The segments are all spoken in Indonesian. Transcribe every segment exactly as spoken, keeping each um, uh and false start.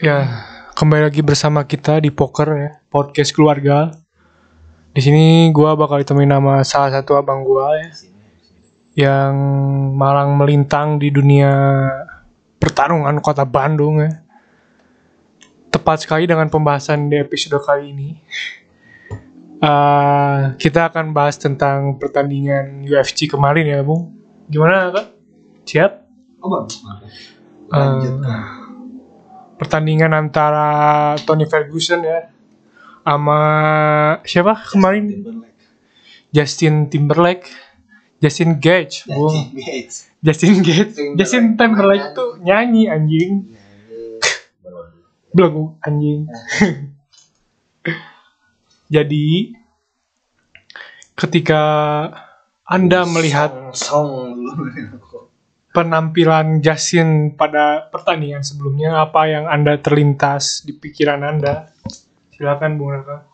Ya, kembali lagi bersama kita di Poker ya, podcast keluarga. Di sini gua bakal ditemenin sama salah satu abang gua ya, yang malang melintang di dunia pertarungan kota Bandung ya. Tepat sekali dengan pembahasan di episode kali ini. Uh, kita akan bahas tentang pertandingan U F C kemarin ya, Bung. Gimana, Kak? Siap? Oh, bang. Lanjut. Uh, pertandingan antara Tony Ferguson ya sama siapa Justin kemarin? Timberlake. Justin Timberlake, Justin Gage, Justin Bung. Gates. Justin Gage, Timberlake. Justin Timberlake tuh nyanyi anjing, belagu anjing. Jadi ketika Anda melihat song penampilan Justin pada pertandingan sebelumnya, apa yang Anda terlintas di pikiran Anda? Silakan Bung Raka.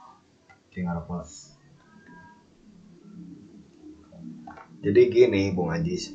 Jadi gini Bung Ajis,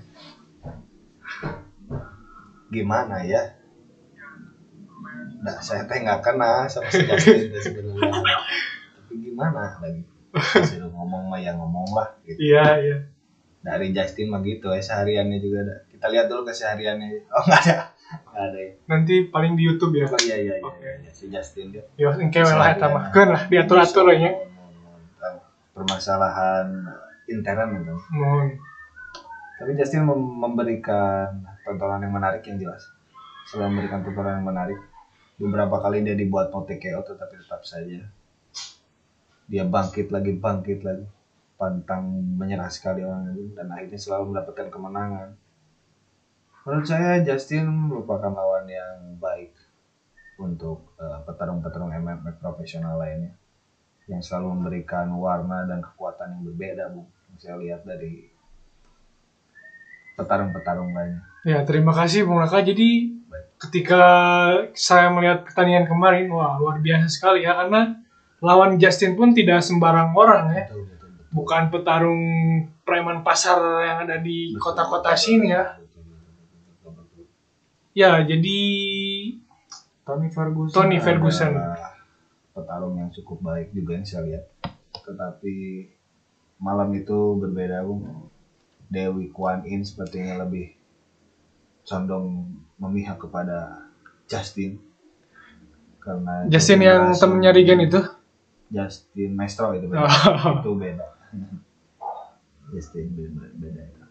gimana ya? Nah, saya teh nggak kena sama si Justin sebenarnya. Tapi gimana lagi? Disuruh ngomong mah ya ngomong lah. Gitu. Iya iya. Dari Justin mah gitu ya, sehariannya juga ada. Kita lihat dulu kesehariannya. Oh nggak ada, nggak ada ya. Nanti paling di YouTube ya. Oh iya iya iya, okay. iya. Si Justin dia. Ya, engke lah eta mah. Keun lah diatur-atur nya. Permasalahan intern itu. Mohon. Tapi Justin mem- memberikan tontonan yang menarik yang jelas. Selain memberikan tontonan yang menarik, beberapa kali dia dibuat no T K O tetapi tetap saja dia bangkit lagi bangkit lagi. Pantang menyerah sekali orang itu dan akhirnya selalu mendapatkan kemenangan. Menurut saya Justin merupakan lawan yang baik untuk uh, petarung-petarung M M A profesional lainnya yang selalu memberikan warna dan kekuatan yang berbeda, Bu. Yang saya lihat dari petarung-petarung lainnya. Ya, terima kasih Bung Raka. Jadi baik. Ketika saya melihat pertandingan kemarin, wah luar biasa sekali ya, karena lawan Justin pun tidak sembarang orang ya. Betul, betul, betul. Bukan petarung preman pasar yang ada di betul, kota-kota betul, sini ya. Betul, betul, betul, betul. Ya, jadi Tony Ferguson, Tony Ferguson petarung yang cukup baik juga yang saya lihat. Tetapi malam itu berbeda, Bung. Dewi Kwan In sepertinya lebih condong memihak kepada Justin. Karena Justin yang temennya Regan itu? Justin Maestro itu beda. Oh. Itu beda. Justin beda, beda itu.